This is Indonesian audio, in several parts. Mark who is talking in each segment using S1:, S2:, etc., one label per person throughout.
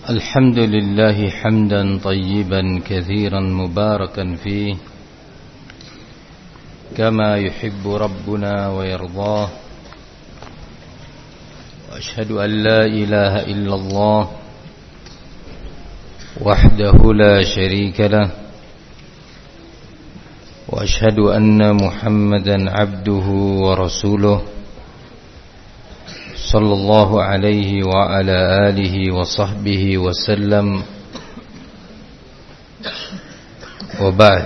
S1: الحمد لله حمدا طيبا كثيرا مباركا فيه كما يحب ربنا ويرضاه، وأشهد أن لا إله إلا الله وحده لا شريك له، وأشهد أن محمدا عبده ورسوله صلى الله عليه وعلى آله وصحبه وسلم، وبعد.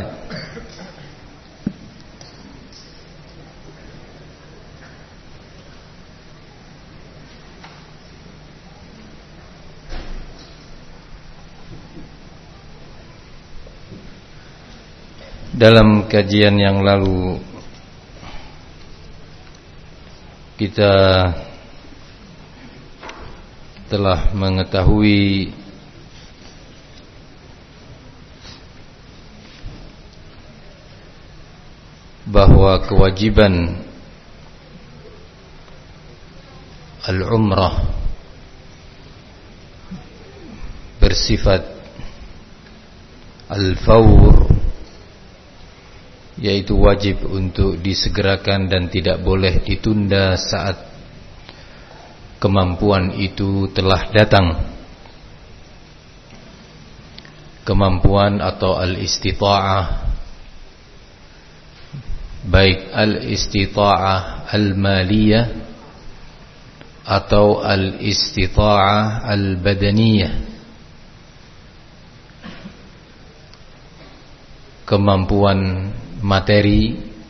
S1: Dalam kajian yang lalu kita telah mengetahui bahwa kewajiban al-umrah bersifat al-fawr, yaitu wajib untuk disegerakan dan tidak boleh ditunda saat kemampuan itu telah datang. Kemampuan atau al-istita'ah, baik al-istita'ah al-maliyah atau al-istita'ah al-badaniyah, kemampuan materi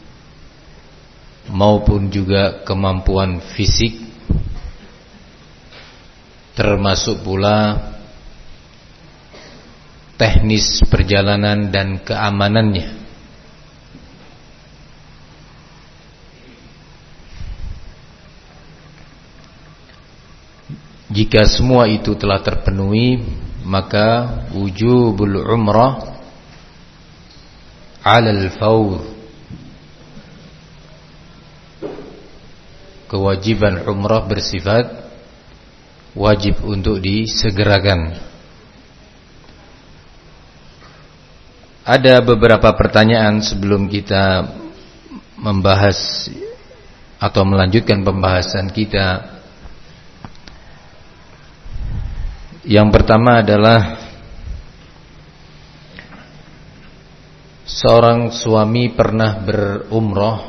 S1: maupun juga kemampuan fisik, termasuk pula teknis perjalanan dan keamanannya. Jika semua itu telah terpenuhi, maka wujubul umrah 'alal fawr, kewajiban umrah bersifat wajib untuk disegerakan. Ada beberapa pertanyaan sebelum kita membahas atau melanjutkan pembahasan kita. Yang pertama adalah, seorang suami pernah berumrah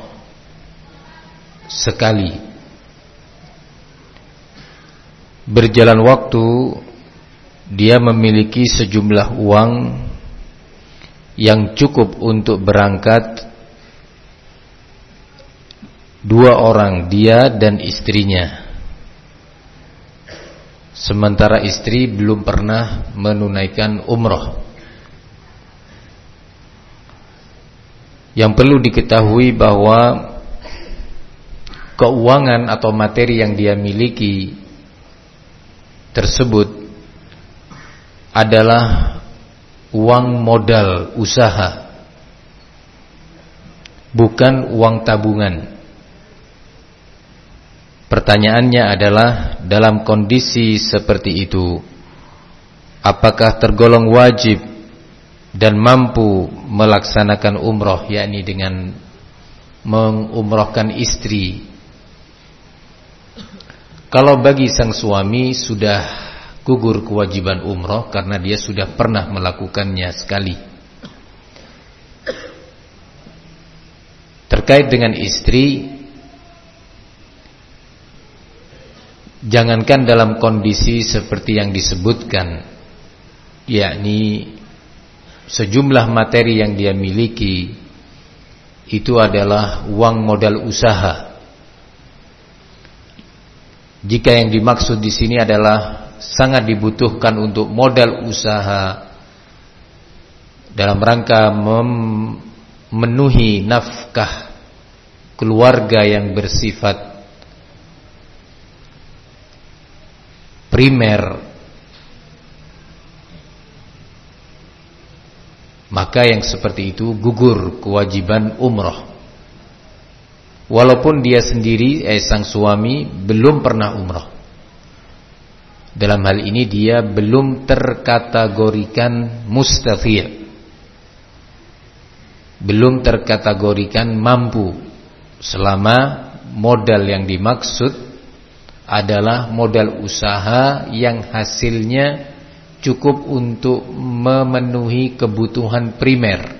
S1: sekali. Berjalan waktu, dia memiliki sejumlah uang yang cukup untuk berangkat 2 orang, dia dan istrinya. Sementara istri belum pernah menunaikan umrah. Yang perlu diketahui bahwa keuangan atau materi yang dia miliki tersebut adalah uang modal usaha, bukan uang tabungan. Pertanyaannya adalah, dalam kondisi seperti itu, apakah tergolong wajib dan mampu melaksanakan umrah, yakni dengan mengumrahkan istri? Kalau bagi sang suami sudah gugur kewajiban umrah karena dia sudah pernah melakukannya sekali. Terkait dengan istri, jangankan dalam kondisi seperti yang disebutkan, yakni sejumlah materi yang dia miliki itu adalah uang modal usaha. Jika yang dimaksud di sini adalah sangat dibutuhkan untuk modal usaha dalam rangka memenuhi nafkah keluarga yang bersifat primer, maka yang seperti itu gugur kewajiban umrah. Walaupun dia sendiri sang suami belum pernah umrah. dalam hal ini dia belum terkategorikan mustati', belum terkategorikan mampu, selama modal yang dimaksud adalah modal usaha yang hasilnya cukup untuk memenuhi kebutuhan primer.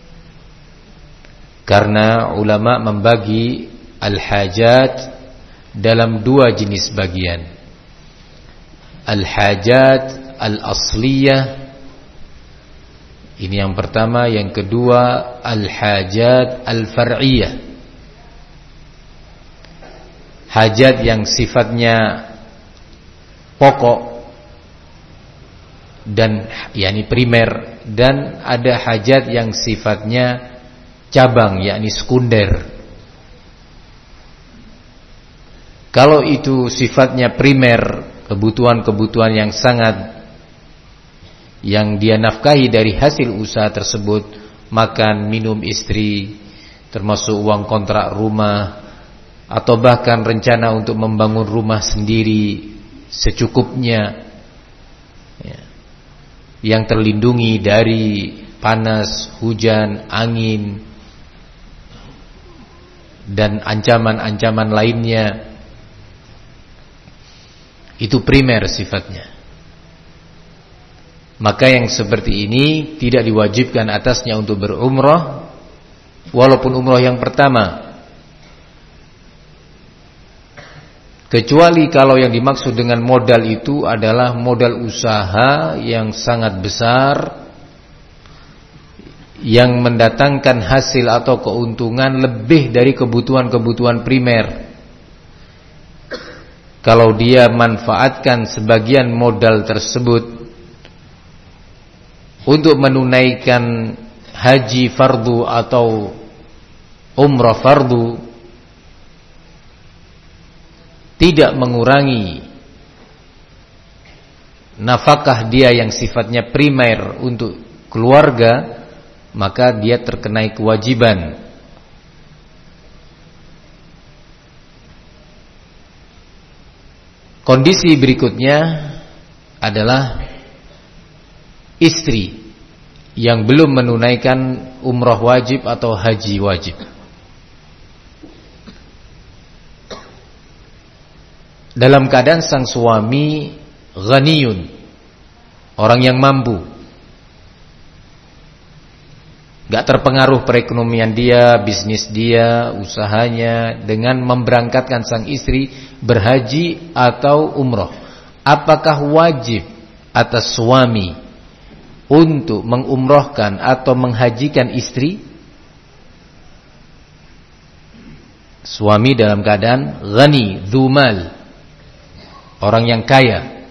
S1: Karena ulama membagi al-hajat dalam dua jenis bagian. Al-hajat al-asliyah, ini yang pertama. Yang kedua al-hajat al-far'iyah, hajat yang sifatnya pokok dan yakni primer, dan ada hajat yang sifatnya cabang yakni sekunder. Kalau itu sifatnya primer, kebutuhan-kebutuhan yang sangat yang dia nafkahi dari hasil usaha tersebut, makan, minum istri, termasuk uang kontrak rumah, atau bahkan rencana untuk membangun rumah sendiri secukupnya, ya, yang terlindungi dari panas, hujan, angin, dan ancaman-ancaman lainnya, itu primer sifatnya. Maka yang seperti ini tidak diwajibkan atasnya untuk berumrah, walaupun umrah yang pertama, kecuali kalau yang dimaksud dengan modal itu adalah modal usaha yang sangat besar, yang mendatangkan hasil atau keuntungan lebih dari kebutuhan-kebutuhan primer. Kalau dia manfaatkan sebagian modal tersebut untuk menunaikan haji fardu atau umrah fardu, tidak mengurangi nafkah dia yang sifatnya primer untuk keluarga, maka dia terkenai kewajiban. Kondisi berikutnya adalah istri yang belum menunaikan umrah wajib atau haji wajib. Dalam keadaan sang suami ghaniyun, orang yang mampu, gak terpengaruh perekonomian dia, bisnis dia, usahanya dengan memberangkatkan sang istri berhaji atau umrah. Apakah wajib atas suami untuk mengumrahkan atau menghajikan istri? Suami dalam keadaan ghani, dzumal, orang yang kaya.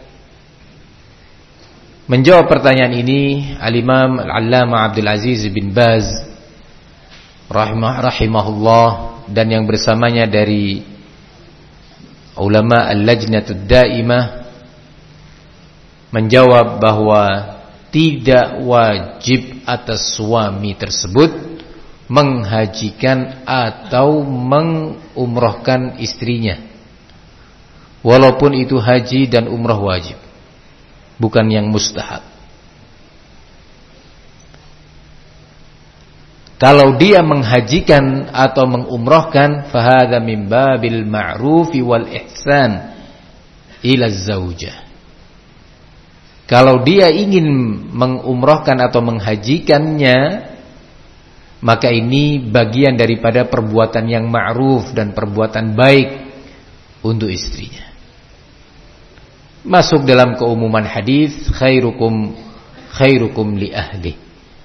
S1: Menjawab pertanyaan ini Al-Imam Al-Allamah Abdul Aziz bin Baz rahimahullah dan yang bersamanya dari ulama Al-Lajnatud Daimah menjawab bahwa tidak wajib atas suami tersebut menghajikan atau mengumrahkan istrinya, walaupun itu haji dan umrah wajib, bukan yang mustahab. Kalau dia menghajikan atau mengumrahkan, fahadha min babil ma'rufi wal ihsan ila zaujah. Kalau dia ingin mengumrahkan atau menghajikannya, maka ini bagian daripada perbuatan yang ma'ruf dan perbuatan baik untuk istrinya. Masuk dalam keumuman hadis, khairukum li ahli.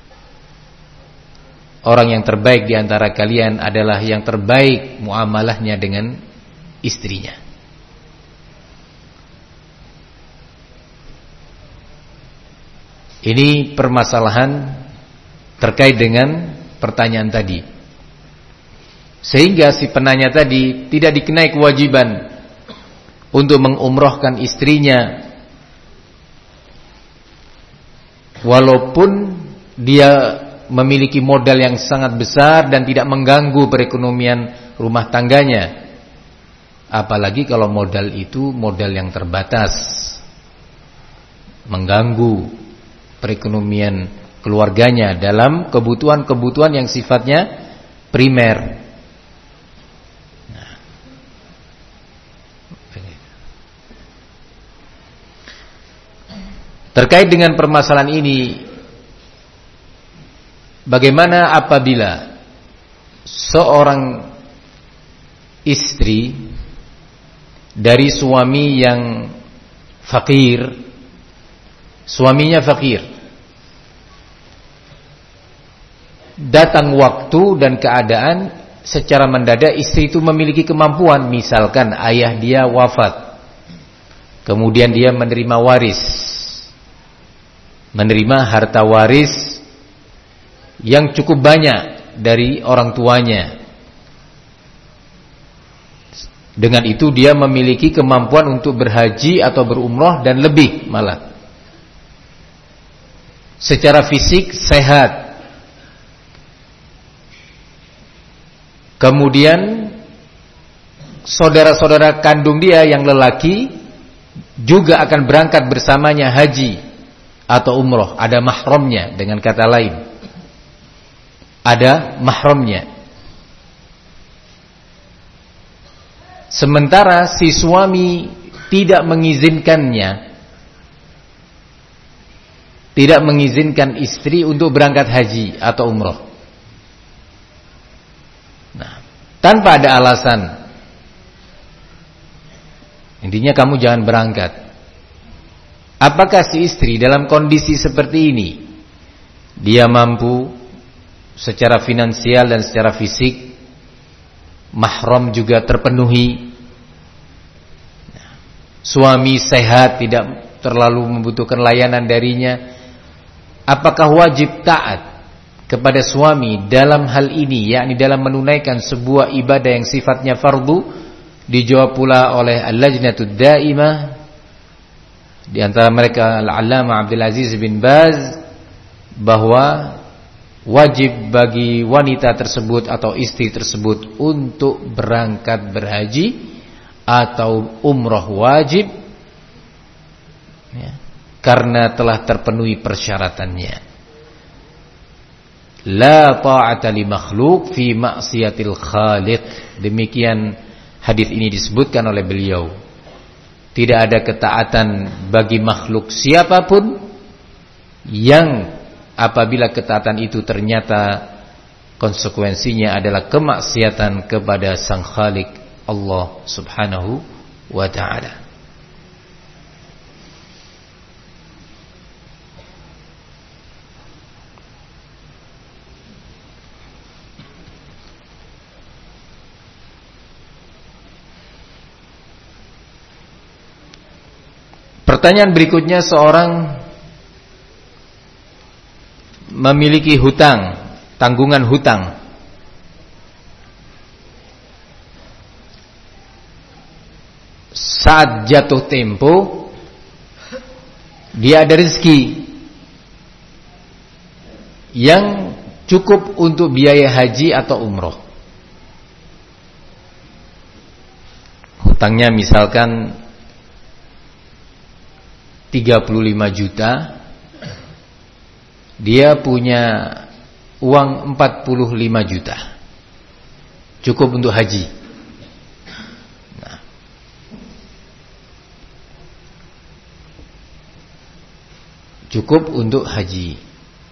S1: Orang yang terbaik di antara kalian adalah yang terbaik muamalahnya dengan istrinya. Ini permasalahan terkait dengan pertanyaan tadi. Sehingga si penanya tadi tidak dikenai kewajiban untuk mengumrahkan istrinya, walaupun dia memiliki modal yang sangat besar dan tidak mengganggu perekonomian rumah tangganya. Apalagi kalau modal itu modal yang terbatas. mengganggu perekonomian keluarganya dalam kebutuhan-kebutuhan yang sifatnya primer. Terkait dengan permasalahan ini, bagaimana apabila seorang istri dari suami yang fakir, suaminya fakir, datang waktu dan keadaan secara mendadak istri itu memiliki kemampuan, misalkan ayah dia wafat, kemudian dia menerima waris, menerima harta waris yang cukup banyak dari orang tuanya. Dengan itu dia memiliki kemampuan untuk berhaji atau berumrah dan lebih malah. Secara fisik sehat. Kemudian saudara-saudara kandung dia yang lelaki juga akan berangkat bersamanya haji atau umrah, ada mahramnya, dengan kata lain ada mahramnya. Sementara si suami tidak mengizinkan istri untuk berangkat haji atau umrah. Nah, tanpa ada alasan, intinya kamu jangan berangkat. Apakah si istri dalam kondisi seperti ini dia mampu secara finansial dan secara fisik, mahram juga terpenuhi, suami sehat, tidak terlalu membutuhkan layanan darinya, apakah wajib taat kepada suami dalam hal ini, yakni dalam menunaikan sebuah ibadah yang sifatnya fardu? Dijawab pula oleh Al-Lajnatud Daimah, di antara mereka Al-Allamah Abdul Aziz bin Baz, bahwa wajib bagi wanita tersebut atau istri tersebut untuk berangkat berhaji atau umrah wajib, ya, karena telah terpenuhi persyaratannya. La ta'ata li makhluq fi ma'siyatil khaliq. Demikian hadis ini disebutkan oleh beliau. Tidak ada ketaatan bagi makhluk siapapun yang apabila ketaatan itu ternyata konsekuensinya adalah kemaksiatan kepada Sang Khalik Allah Subhanahu wa ta'ala. Pertanyaan berikutnya, seorang memiliki hutang, tanggungan hutang. Saat jatuh tempo, dia ada rezeki yang cukup untuk biaya haji atau umroh. Hutangnya misalkan 35 juta, dia punya uang 45 juta, cukup untuk haji. Nah, cukup untuk haji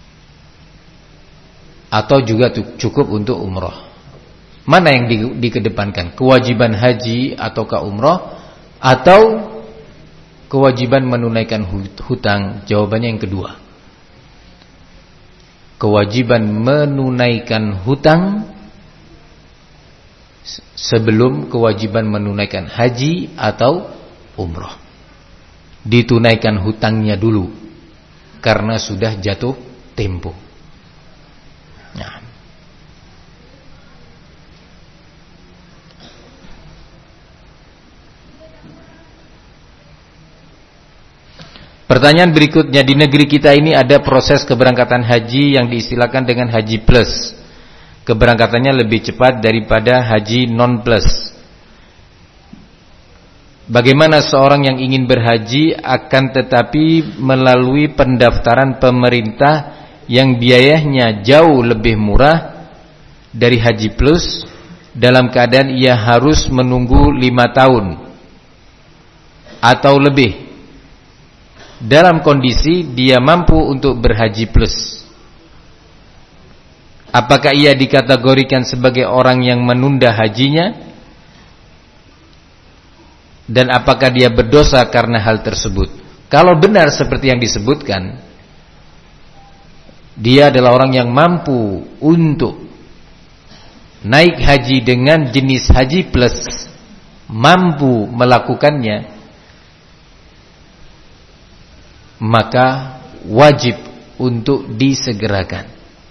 S1: atau juga cukup untuk umrah. Mana yang dikedepankan? Kewajiban haji ataukah umrah, atau kewajiban menunaikan hutang? Jawabannya yang kedua. Kewajiban menunaikan hutang sebelum kewajiban menunaikan haji atau umrah. Ditunaikan hutangnya dulu karena sudah jatuh tempo. Nah, pertanyaan berikutnya, di negeri kita ini ada proses keberangkatan haji yang diistilahkan dengan haji plus. Keberangkatannya lebih cepat daripada haji non plus. bagaimana seorang yang ingin berhaji akan tetapi melalui pendaftaran pemerintah yang biayanya jauh lebih murah dari Haji Plus, dalam keadaan ia harus menunggu 5 tahun atau lebih dalam kondisi dia mampu untuk berhaji plus. Apakah ia dikategorikan sebagai orang yang menunda hajinya? Dan apakah dia berdosa karena hal tersebut? Kalau benar seperti yang disebutkan, dia adalah orang yang mampu untuk naik haji dengan jenis haji plus, mampu melakukannya, maka wajib untuk disegerakan.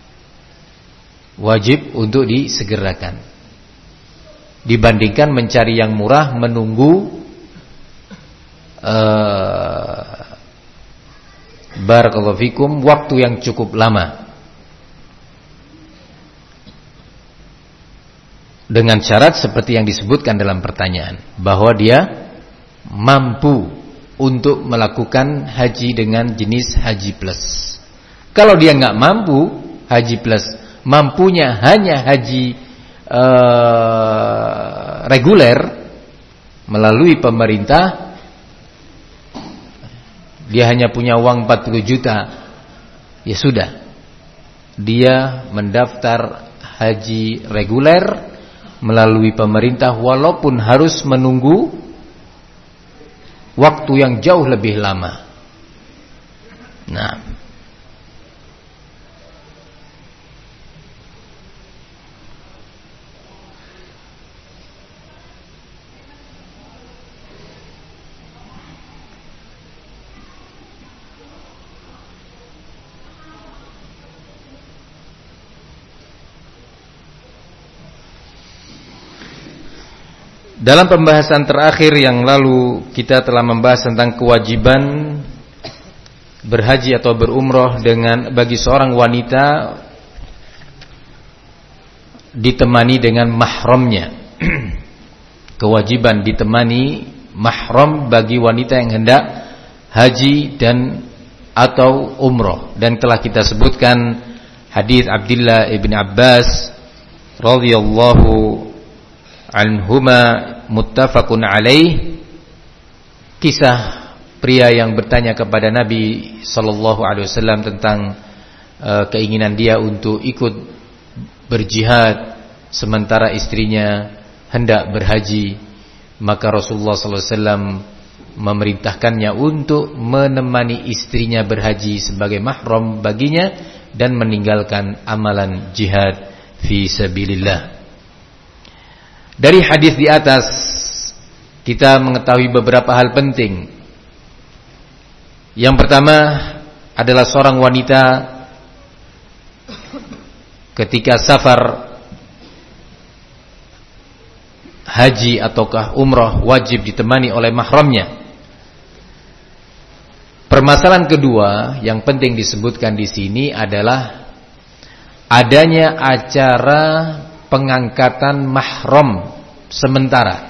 S1: Wajib untuk disegerakan, dibandingkan mencari yang murah, menunggu barakallahu fikum waktu yang cukup lama, dengan syarat seperti yang disebutkan dalam pertanyaan, bahwa dia mampu untuk melakukan haji dengan jenis haji plus. Kalau dia nggak mampu haji plus, mampunya hanya haji reguler melalui pemerintah, dia hanya punya uang 40 juta, ya sudah, dia mendaftar haji reguler melalui pemerintah walaupun harus menunggu waktu yang jauh lebih lama. Nah, dalam pembahasan terakhir yang lalu kita telah membahas tentang kewajiban berhaji atau berumroh dengan bagi seorang wanita ditemani dengan mahramnya. Kewajiban ditemani mahram bagi wanita yang hendak haji dan atau umroh, dan telah kita sebutkan hadis Abdullah ibn Abbas radhiyallahu anhuma muttafaqun alaih, kisah pria yang bertanya kepada Nabi sallallahu alaihi wasallam tentang keinginan dia untuk ikut berjihad sementara istrinya hendak berhaji, maka Rasulullah sallallahu alaihi wasallam memerintahkannya untuk menemani istrinya berhaji sebagai mahram baginya dan meninggalkan amalan jihad fi sabilillah. Dari hadis di atas kita mengetahui beberapa hal penting. Yang pertama adalah seorang wanita ketika safar haji ataukah umrah wajib ditemani oleh mahramnya. Permasalahan kedua yang penting disebutkan di sini adalah adanya acara pengangkatan mahram sementara.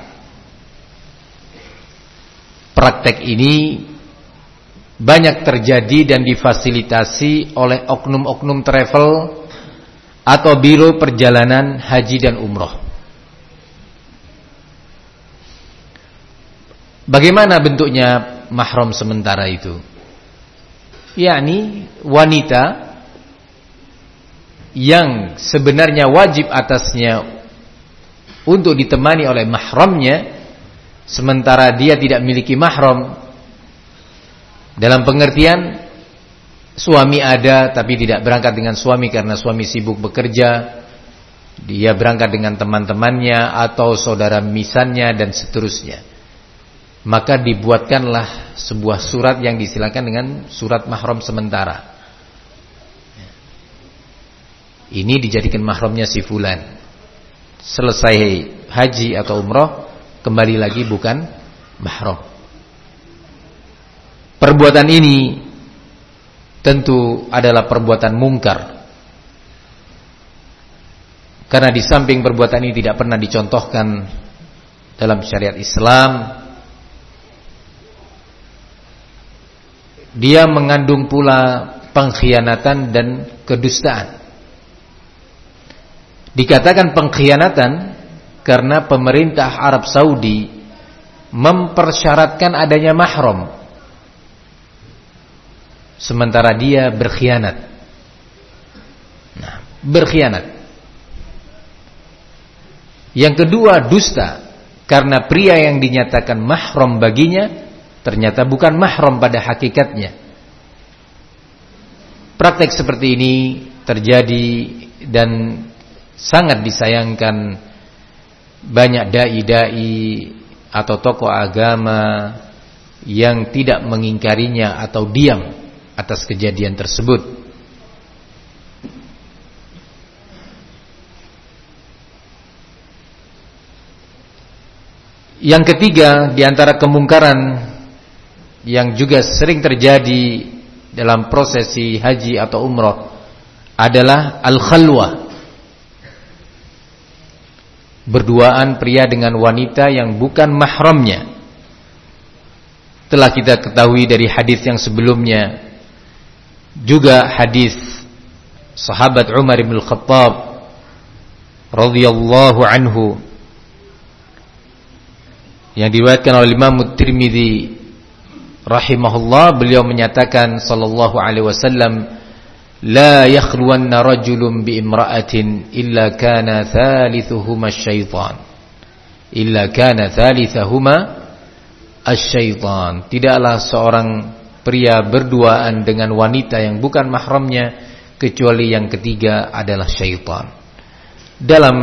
S1: Praktek ini banyak terjadi dan difasilitasi oleh oknum-oknum travel atau biro perjalanan haji dan umroh. Bagaimana bentuknya mahram sementara itu? Yakni wanita yang sebenarnya wajib atasnya untuk ditemani oleh mahramnya, sementara dia tidak memiliki mahram. Dalam pengertian suami ada tapi tidak berangkat dengan suami karena suami sibuk bekerja, dia berangkat dengan teman-temannya atau saudara misannya dan seterusnya. Maka dibuatkanlah sebuah surat yang disilakan dengan surat mahram sementara. Ini dijadikan mahramnya si fulan. Selesai haji atau umroh kembali lagi bukan mahram. Perbuatan ini tentu adalah perbuatan mungkar, karena di samping perbuatan ini tidak pernah dicontohkan dalam syariat Islam, dia mengandung pula pengkhianatan dan kedustaan. Dikatakan pengkhianatan karena pemerintah Arab Saudi mempersyaratkan adanya mahram, sementara dia berkhianat. Nah, berkhianat. Yang kedua, dusta, karena pria yang dinyatakan mahram baginya ternyata bukan mahram pada hakikatnya. Praktek seperti ini terjadi dan sangat disayangkan. Banyak dai-dai atau tokoh agama yang tidak mengingkarinya atau diam atas kejadian tersebut. Yang ketiga, di antara kemungkaran yang juga sering terjadi dalam prosesi haji atau umrah adalah al-khalwah. Berduaan pria dengan wanita yang bukan mahramnya. Telah kita ketahui dari hadis yang sebelumnya, juga hadis sahabat Umar bin Khattab radhiyallahu anhu yang diriwayatkan oleh Imam Tirmidzi rahimahullah. Beliau menyatakan sallallahu alaihi wasallam, la yakhluwanna rajulun bi imra'atin illa kana thalithuhuma asy-syaitan. Illa kana thalithuhuma asy-syaitan. Tidaklah seorang pria berduaan dengan wanita yang bukan mahramnya kecuali yang ketiga adalah syaitan. Dalam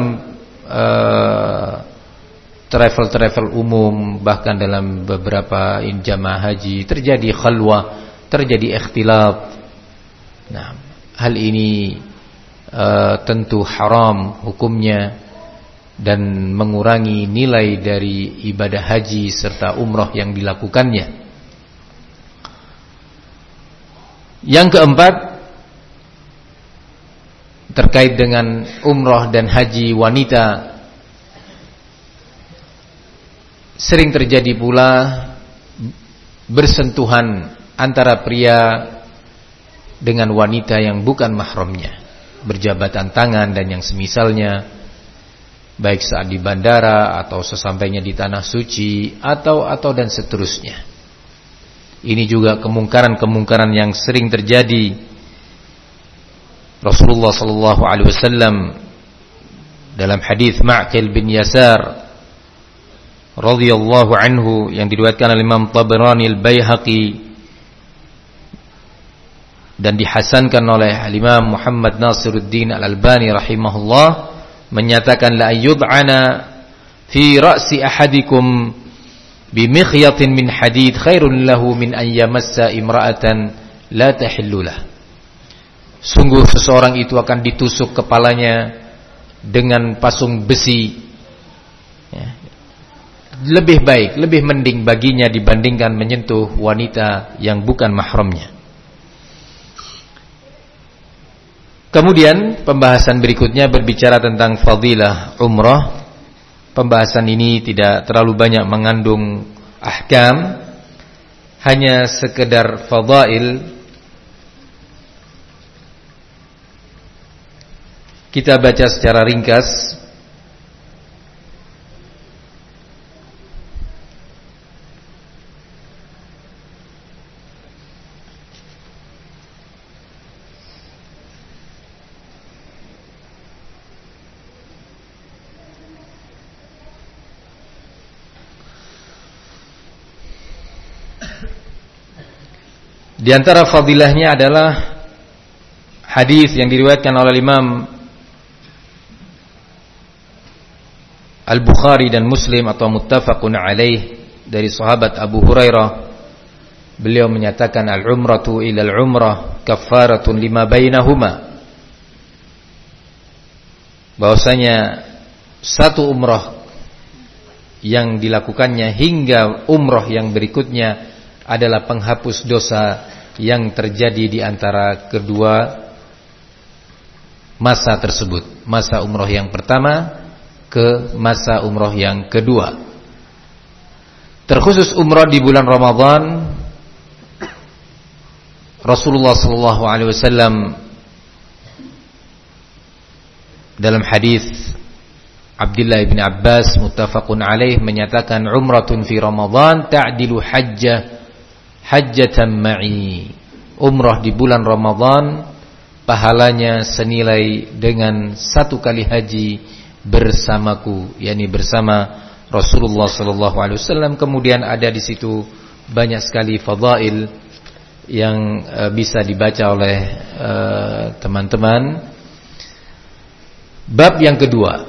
S1: travel umum, bahkan dalam beberapa jamaah haji terjadi khalwah, terjadi ikhtilat. Nah, hal ini tentu haram hukumnya dan mengurangi nilai dari ibadah haji serta umrah yang dilakukannya. Yang keempat, terkait dengan umrah dan haji wanita, sering terjadi pula bersentuhan antara pria dengan wanita yang bukan mahramnya, berjabatan tangan dan yang semisalnya, baik saat di bandara atau sesampainya di tanah suci atau dan seterusnya. Ini juga kemungkaran yang sering terjadi. Rasulullah sallallahu alaihi wasallam dalam hadis Ma'qil bin Yasar radhiyallahu anhu yang diriwayatkan oleh Imam Tabrani al-Baihaqi dan dihasankan oleh Imam Muhammad Nasiruddin Al-Albani rahimahullah, menyatakan la yud'ana fi ra'si ahadikum bimikhyatin min hadid khairun lahu min an yamassa imra'atan la tahillu lah. Sungguh seseorang itu akan ditusuk kepalanya dengan pasung besi, ya, lebih baik, lebih mending baginya dibandingkan menyentuh wanita yang bukan mahramnya. Kemudian pembahasan berikutnya berbicara tentang fadilah umrah. Pembahasan ini tidak terlalu banyak mengandung ahkam, hanya sekedar fadail. Kita baca secara ringkas. Di antara fadilahnya adalah hadis yang diriwayatkan oleh Imam Al-Bukhari dan Muslim atau muttafaqun alaih dari sahabat Abu Hurairah. Beliau menyatakan al-umratu ila al-umrah kaffaratun lima bainahuma. Bahwasanya satu umrah yang dilakukannya hingga umrah yang berikutnya adalah penghapus dosa yang terjadi di antara kedua masa tersebut, masa umrah yang pertama ke masa umrah yang kedua. Terkhusus umrah di bulan Ramadan Rasulullah sallallahu alaihi wasallam dalam hadis Abdullah bin Abbas muttafaqun alaih menyatakan umratun fi Ramadan ta'dilu hajjatan ma'i. Umrah di bulan Ramadan pahalanya senilai dengan 1 kali haji bersamaku, yakni bersama Rasulullah sallallahu alaihi wasallam. Kemudian ada di situ banyak sekali fadail yang bisa dibaca oleh teman-teman. Bab yang kedua,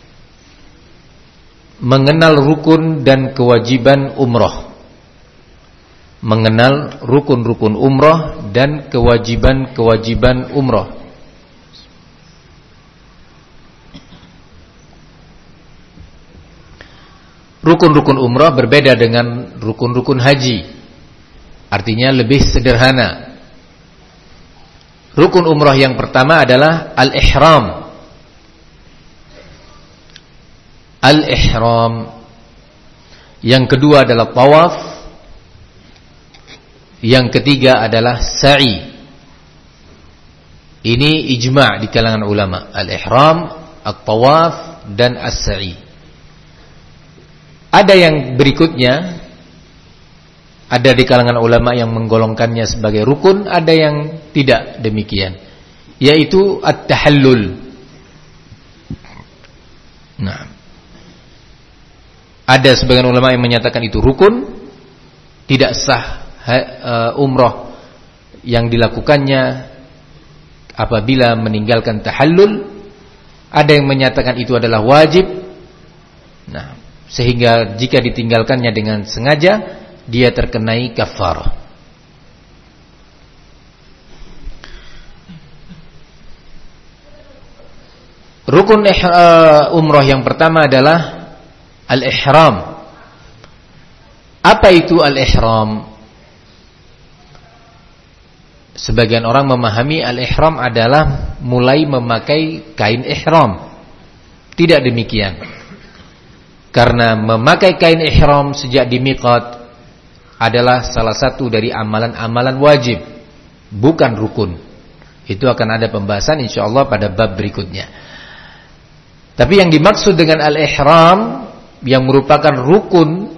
S1: mengenal rukun dan kewajiban umrah. Mengenal rukun-rukun umrah dan kewajiban-kewajiban umrah. Rukun-rukun umrah berbeda dengan rukun-rukun haji. Artinya lebih sederhana. Rukun umrah yang pertama adalah al-ihram. Al-ihram. Yang kedua adalah tawaf. Yang ketiga adalah sa'i. Ini ijma' di kalangan ulama. Al-ihram, at-tawaf dan as-sa'i. Ada yang berikutnya, ada di kalangan ulama yang menggolongkannya sebagai rukun, ada yang tidak demikian, yaitu at-tahallul. Nah, ada sebagian ulama yang menyatakan itu rukun, tidak sah umrah yang dilakukannya apabila meninggalkan tahallul. Ada yang menyatakan itu adalah wajib. Nah, sehingga jika ditinggalkannya dengan sengaja, dia terkenai kafarah. Rukun umrah yang pertama adalah al-ihram. Apa itu al-ihram? Sebagian orang memahami al-ihram adalah mulai memakai kain ihram. Tidak demikian. Karena memakai kain ihram sejak di miqat adalah salah satu dari amalan-amalan wajib, bukan rukun. Itu akan ada pembahasan insyaallah pada bab berikutnya. Tapi yang dimaksud dengan al-ihram yang merupakan rukun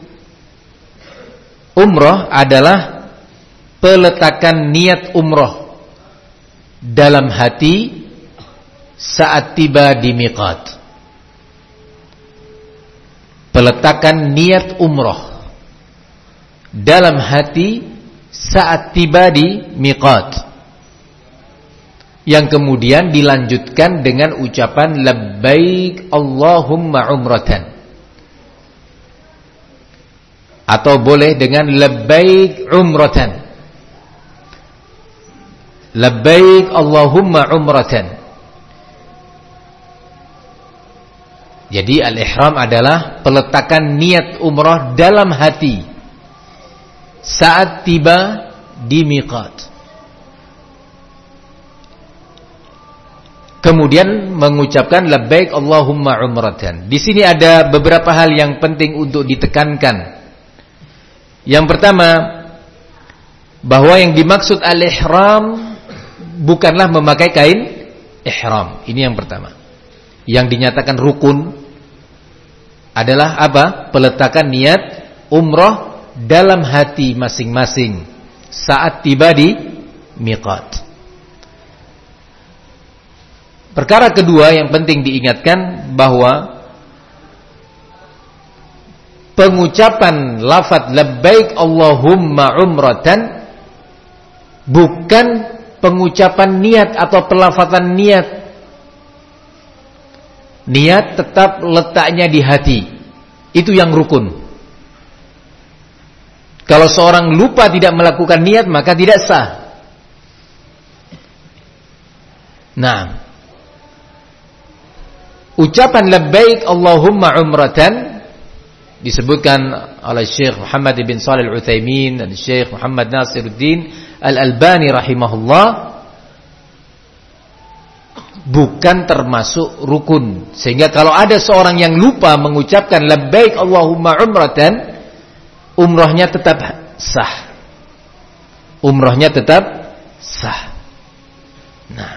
S1: umrah adalah peletakan niat umrah dalam hati saat tiba di miqat. Peletakan niat umrah dalam hati saat tiba di miqat, yang kemudian dilanjutkan dengan ucapan labbaik Allahumma umratan, atau boleh dengan labbaik umratan, labbaik Allahumma umratan. Jadi al-ihram adalah peletakan niat umrah dalam hati saat tiba di miqat. Kemudian mengucapkan labbaik Allahumma umratan. Di sini ada beberapa hal yang penting untuk ditekankan. Yang pertama, bahwa yang dimaksud al-ihram bukanlah memakai kain ihram. Ini yang pertama. Yang dinyatakan rukun adalah apa? Peletakan niat umrah dalam hati masing-masing saat tiba di miqat. Perkara kedua yang penting diingatkan bahwa pengucapan lafaz labbaik Allahumma umratan bukan pengucapan niat atau pelafazan niat. Niat tetap letaknya di hati. Itu yang rukun. Kalau seorang lupa tidak melakukan niat, maka tidak sah. Nah, ucapan labbaik Allahumma umratan disebutkan oleh Syekh Muhammad bin Shalih Al-Utsaimin dan Syekh Muhammad Nasiruddin Al-Albani rahimahullah, bukan termasuk rukun. Sehingga kalau ada seorang yang lupa mengucapkan labbaik Allahumma umratan, umrahnya tetap sah. Umrahnya tetap sah. Nah,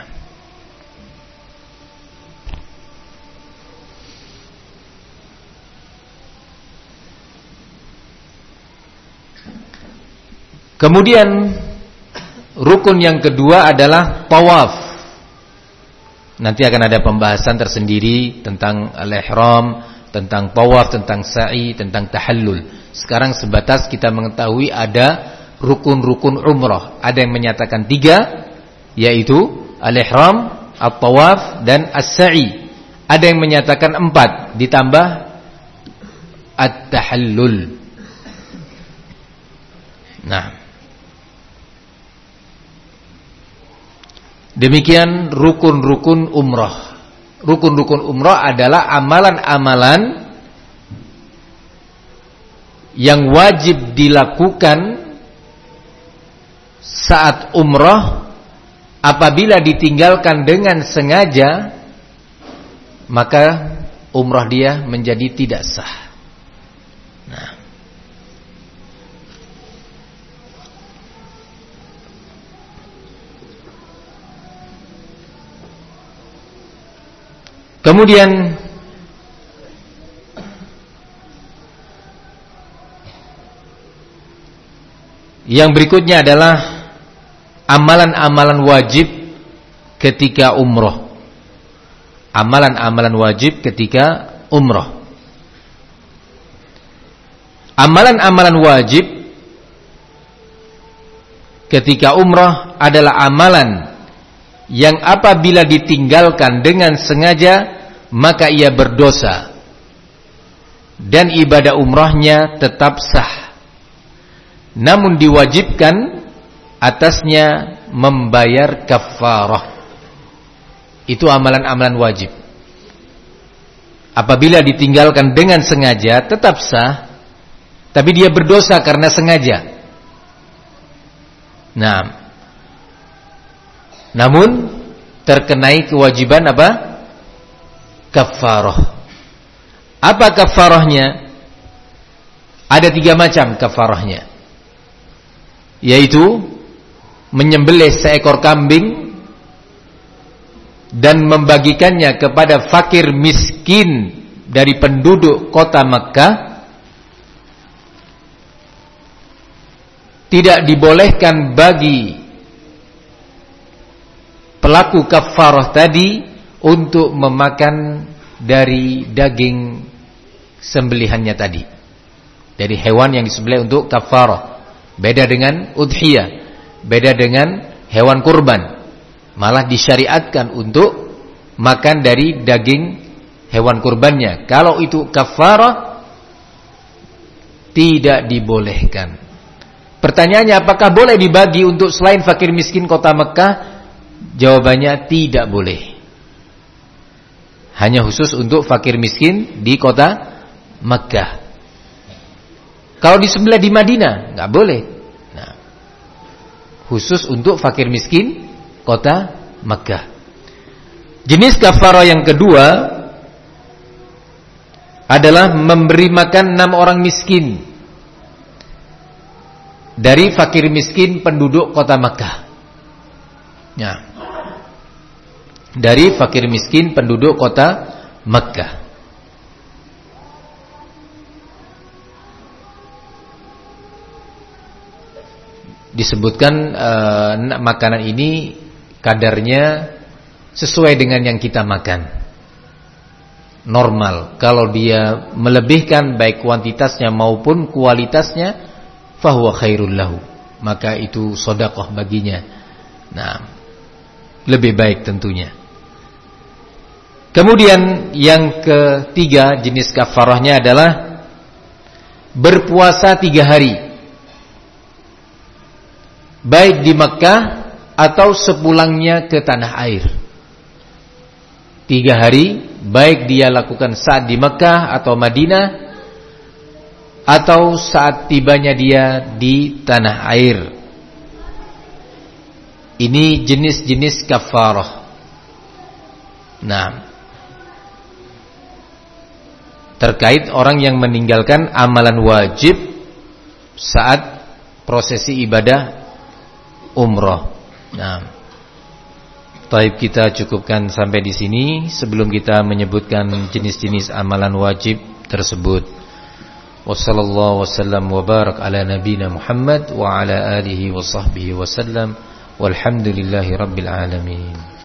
S1: kemudian rukun yang kedua adalah tawaf. Nanti akan ada pembahasan tersendiri tentang al-ihram, tentang tawaf, tentang sa'i, tentang tahallul. Sekarang sebatas kita mengetahui ada rukun-rukun umrah. Ada yang menyatakan 3, yaitu al-ihram, at-tawaf, dan as-sa'i. Ada yang menyatakan 4 ditambah at-tahallul. Nah, demikian rukun-rukun umrah. Rukun-rukun umrah adalah amalan-amalan yang wajib dilakukan saat umrah. Apabila ditinggalkan dengan sengaja, maka umrah dia menjadi tidak sah. Nah, kemudian yang berikutnya adalah amalan-amalan wajib ketika umrah. Amalan-amalan wajib ketika umrah. Amalan-amalan wajib ketika umrah adalah amalan yang apabila ditinggalkan dengan sengaja maka ia berdosa dan ibadah umrahnya tetap sah, namun diwajibkan atasnya membayar kafarah. Itu amalan-amalan wajib. Apabila ditinggalkan dengan sengaja tetap sah, tapi dia berdosa karena sengaja. Nah, namun terkenai kewajiban apa? Kafarah. Apa kafarahnya? Ada 3 macam kafarahnya, yaitu menyembelih seekor kambing dan membagikannya kepada fakir miskin dari penduduk kota Makkah. Tidak dibolehkan bagi pelaku kafarah tadi untuk memakan dari daging sembelihannya tadi, dari hewan yang disembelih untuk kafarah. Beda dengan udhiyah, beda dengan hewan kurban. Malah disyariatkan untuk makan dari daging hewan kurbannya. Kalau itu kafarah, tidak dibolehkan. Pertanyaannya, apakah boleh dibagi untuk selain fakir miskin kota Mekah? Jawabannya tidak boleh. Hanya khusus untuk fakir miskin di kota Mekah. Kalau disembelih di Madinah, nggak boleh. Nah, khusus untuk fakir miskin kota Mekah. Jenis kafarah yang kedua adalah memberi makan 6 orang miskin dari fakir miskin penduduk kota Mekah. Ya. Dari fakir miskin penduduk kota Mekah. Disebutkan makanan ini kadarnya sesuai dengan yang kita makan, normal. Kalau dia melebihkan baik kuantitasnya maupun kualitasnya, fahuwa khairul lahu, maka itu sedekah baginya. Nah, lebih baik tentunya. Kemudian yang ketiga jenis kafarahnya adalah berpuasa 3 hari, baik di Makkah atau sepulangnya ke tanah air. 3 hari, baik dia lakukan saat di Makkah atau Madinah, atau saat tibanya dia di tanah air. Ini jenis-jenis kafarah. Nah, terkait orang yang meninggalkan amalan wajib saat prosesi ibadah umrah. Nah, taib, kita cukupkan sampai di sini sebelum kita menyebutkan jenis-jenis amalan wajib tersebut. Wassallallahu wasallam wa barak ala nabiyina Muhammad wa ala alihi wa sahbihi wasallam walhamdulillahi rabbil alamin.